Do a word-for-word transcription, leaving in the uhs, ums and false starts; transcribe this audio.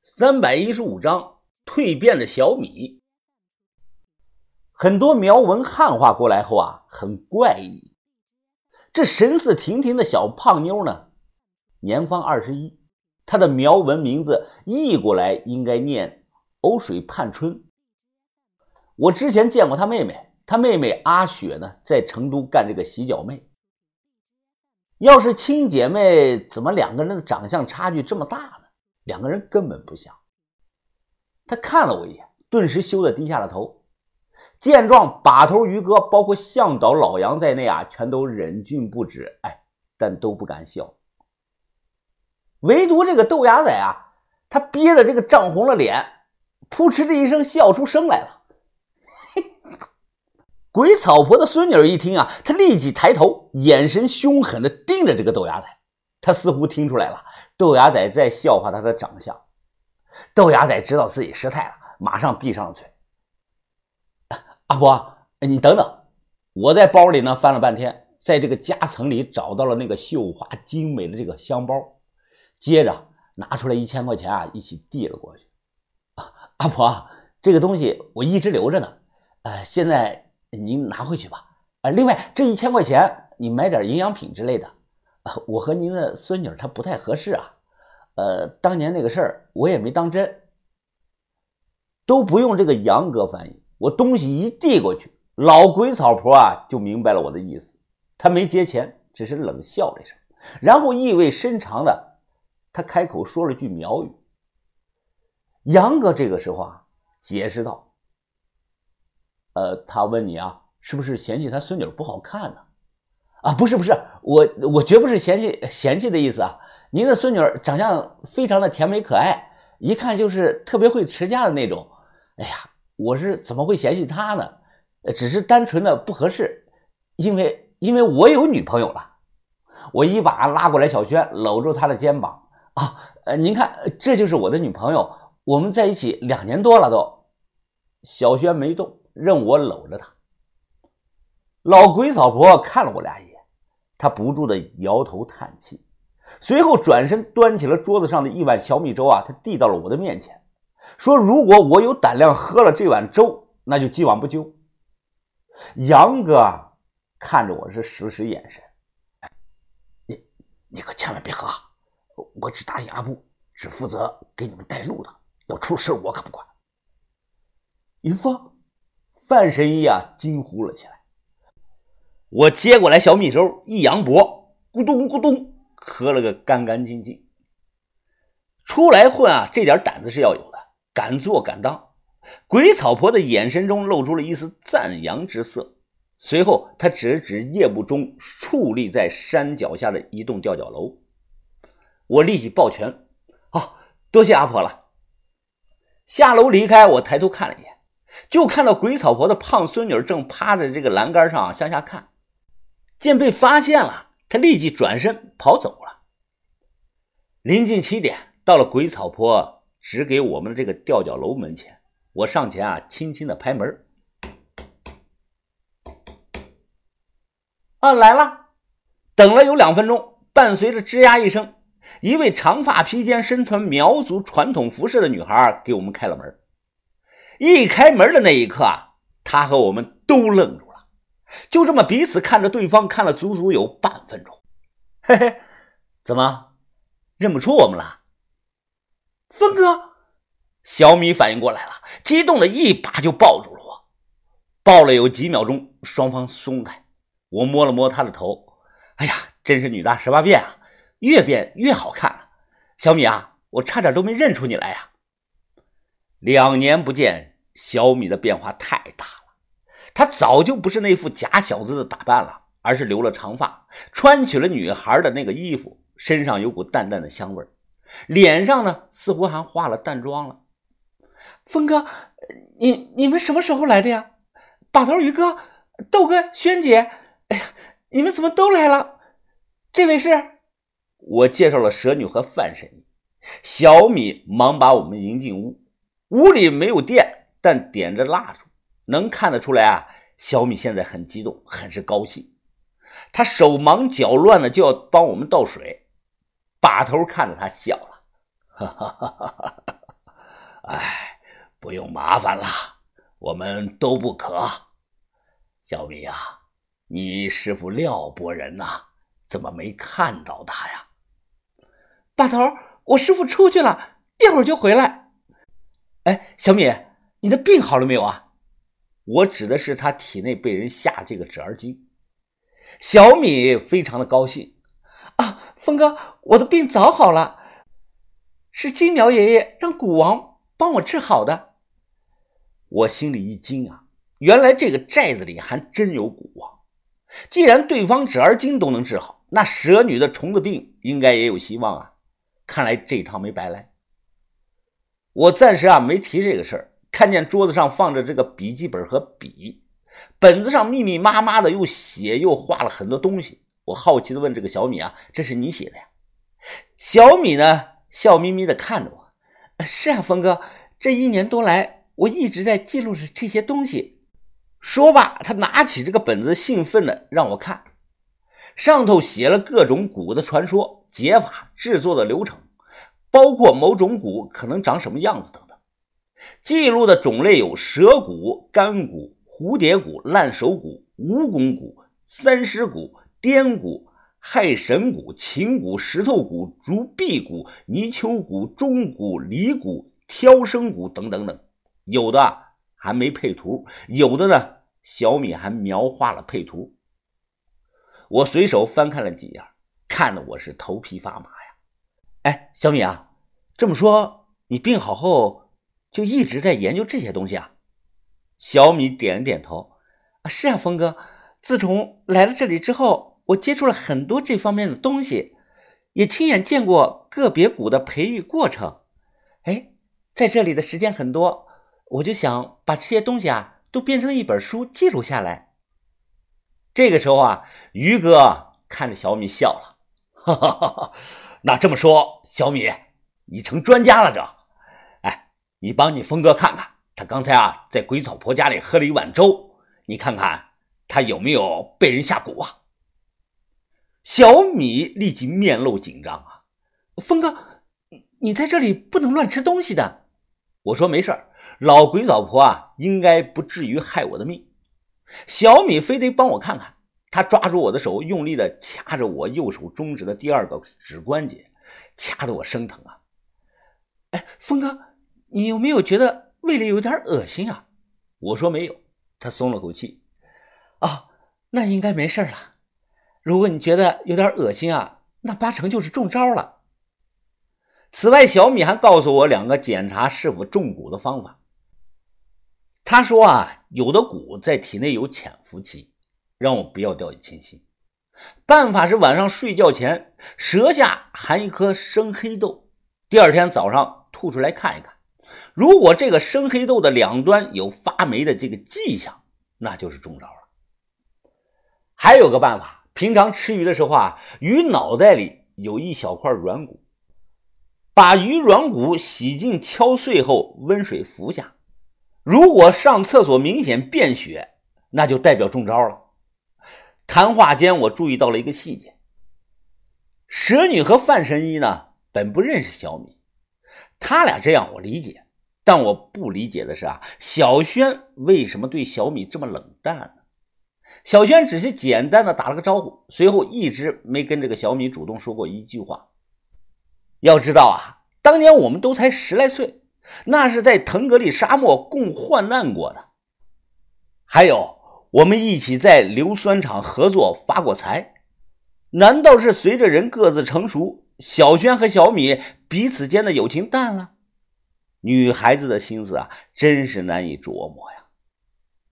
三百一十五章蜕变的小米。很多苗文汉化过来后啊，很怪异。这神似婷婷的小胖妞呢，年方二十一，她的苗文名字译过来应该念欧水盼春。我之前见过她妹妹，她妹妹阿雪呢，在成都干这个洗脚妹。要是亲姐妹，怎么两个人的长相差距这么大呢？两个人根本不像。他看了我一眼，顿时羞得低下了头。见状，把头于哥包括向导老杨在内啊，全都忍俊不止，哎，但都不敢笑。唯独这个豆芽仔啊，他憋得这个涨红了脸，扑哧的一声笑出声来了。鬼草婆的孙女一听啊，她立即抬头，眼神凶狠地盯着这个豆芽仔。她似乎听出来了豆芽仔在笑话她的长相。豆芽仔知道自己失态了，马上闭上了嘴。阿婆，你等等，我在包里呢翻了半天，在这个夹层里找到了那个绣花精美的这个香包，接着拿出来一千块钱啊，一起递了过去。啊、阿婆，这个东西我一直留着呢，呃，现在您拿回去吧。呃，另外这一千块钱你买点营养品之类的。呃，我和您的孙女她不太合适啊。呃，当年那个事儿我也没当真。都不用这个杨哥翻译，我东西一递过去，老鬼草婆啊就明白了我的意思。她没接钱，只是冷笑了一声，然后意味深长的她开口说了句苗语。杨哥这个时候啊解释道，呃，他问你啊，是不是嫌弃他孙女不好看呢？啊，不是不是，我我绝不是嫌弃嫌弃的意思啊。您的孙女长相非常的甜美可爱，一看就是特别会持家的那种。哎呀，我是怎么会嫌弃她呢？只是单纯的不合适，因为因为我有女朋友了。我一把拉过来小轩，搂住她的肩膀。啊，呃，您看，这就是我的女朋友，我们在一起两年多了都。小轩没动，任我搂着她。老鬼草婆看了我俩一眼，她不住的摇头叹气，随后转身端起了桌子上的一碗小米粥啊，她递到了我的面前，说如果我有胆量喝了这碗粥，那就既往不咎。杨哥看着我是使使眼神，你你可千万别喝，我只答应阿布，只负责给你们带路的，要出事我可不管。云芳，范神医啊惊呼了起来。我接过来小米粥，一扬脖，咕咚咕咚喝了个干干净净。出来混啊，这点胆子是要有的，敢做敢当。鬼草婆的眼神中露出了一丝赞扬之色，随后她指了指夜幕中矗立在山脚下的一栋吊脚楼。我立即抱拳，哦，多谢阿婆了。下楼离开，我抬头看了一眼，就看到鬼草婆的胖孙女正趴在这个栏杆上向下看。见被发现了，他立即转身跑走了。临近七点，到了鬼草婆指给我们的这个吊脚楼门前，我上前啊，轻轻的拍门。啊，来了！等了有两分钟，伴随着吱呀一声，一位长发披肩、身穿苗族传统服饰的女孩给我们开了门。一开门的那一刻啊，她和我们都愣住。就这么彼此看着对方看了足足有半分钟。嘿嘿，怎么认不出我们了？峰哥！小米反应过来了，激动的一把就抱住了我。抱了有几秒钟，双方松开，我摸了摸他的头。哎呀，真是女大十八变啊，越变越好看了。小米啊，我差点都没认出你来呀。两年不见，小米的变化太大了。他早就不是那副假小子的打扮了，而是留了长发，穿起了女孩的那个衣服，身上有股淡淡的香味，脸上呢似乎还化了淡妆了。峰哥，你你们什么时候来的呀？把头鱼哥、豆哥、萱姐，哎呀，你们怎么都来了？这位是……我介绍了蛇女和范神医。小米忙把我们迎进屋，屋里没有电，但点着蜡烛。能看得出来啊，小米现在很激动，很是高兴。他手忙脚乱的就要帮我们倒水，把头看着他笑了，哈哈哈哈哈！ 哎，不用麻烦了，我们都不渴。小米啊，你师傅廖伯仁呐、啊，怎么没看到他呀？ 把头，我师傅出去了，一会儿就回来。哎，小米，你的病好了没有啊？ 我指的是他体内被人下这个折儿精。小米非常的高兴啊，峰哥，我的病早好了，是金苗爷爷让蛊王帮我治好的。 我心里一惊啊，原来这个寨子里还真有蛊王。既然对方折儿精都能治好，那蛇女的虫子病应该也有希望啊，看来这趟没白来。我暂时啊没提这个事儿，看见桌子上放着这个笔记本和笔，本子上密密麻麻的又写又画了很多东西。我好奇的问这个小米啊，这是你写的呀？小米呢笑眯眯的看着我， 是啊，峰哥，这一年多来我一直在记录着这些东西。 说罢，他拿起这个本子兴奋的让我看，上头写了各种蛊的传说、解法、制作的流程，包括某种蛊可能长什么样子等等。记录的种类有蛇蛊、干蛊、蝴蝶蛊、烂手蛊、蜈蚣蛊、三尸蛊、颠蛊、害神蛊、禽蛊、石头蛊、竹壁蛊、泥鳅蛊、钟蛊、离蛊、挑生蛊等等等，有的还没配图，有的呢小米还描画了配图。我随手翻看了几页，看得我是头皮发麻呀。 哎，小米啊，这么说你病好后就一直在研究这些东西啊？ 小米点了点头。 啊，是啊，峰哥，自从来了这里之后，我接触了很多这方面的东西，也亲眼见过个别蛊的培育过程。哎，在这里的时间很多，我就想把这些东西啊都编成一本书记录下来。 这个时候啊，于哥看着小米笑了，哈哈哈哈，那这么说，小米你成专家了这？哎，你帮你峰哥看看，他刚才啊在鬼草婆家里喝了一碗粥，你看看他有没有被人下蛊啊？小米立即面露紧张啊， 峰哥，你在这里不能乱吃东西的。 我说没事，老鬼草婆啊应该不至于害我的命。小米非得帮我看看，他抓住我的手，用力的掐着我右手中指的第二个指关节，掐得我生疼啊。 哎，峰哥，你有没有觉得胃里有点恶心啊？ 我说没有，他松了口气。 哦，那应该没事了。如果你觉得有点恶心啊，那八成就是中招了。 此外，小米还告诉我两个检查是否中蛊的方法。他说啊，有的蛊在体内有潜伏期，让我不要掉以轻心。办法是晚上睡觉前舌下含一颗生黑豆，第二天早上吐出来看一看，如果这个生黑豆的两端有发霉的这个迹象，那就是中招了。还有个办法，平常吃鱼的时候啊，鱼脑袋里有一小块软骨，把鱼软骨洗净敲碎后温水服下，如果上厕所明显便血，那就代表中招了。谈话间我注意到了一个细节，蛇女和范神医呢本不认识小米，他俩这样我理解，但我不理解的是啊，小轩为什么对小米这么冷淡呢？小轩只是简单的打了个招呼，随后一直没跟这个小米主动说过一句话。要知道啊，当年我们都才十来岁，那是在腾格里沙漠共患难过的。还有，我们一起在硫酸厂合作发过财。难道是随着人各自成熟，小轩和小米彼此间的友情淡了？女孩子的心思啊，真是难以琢磨呀。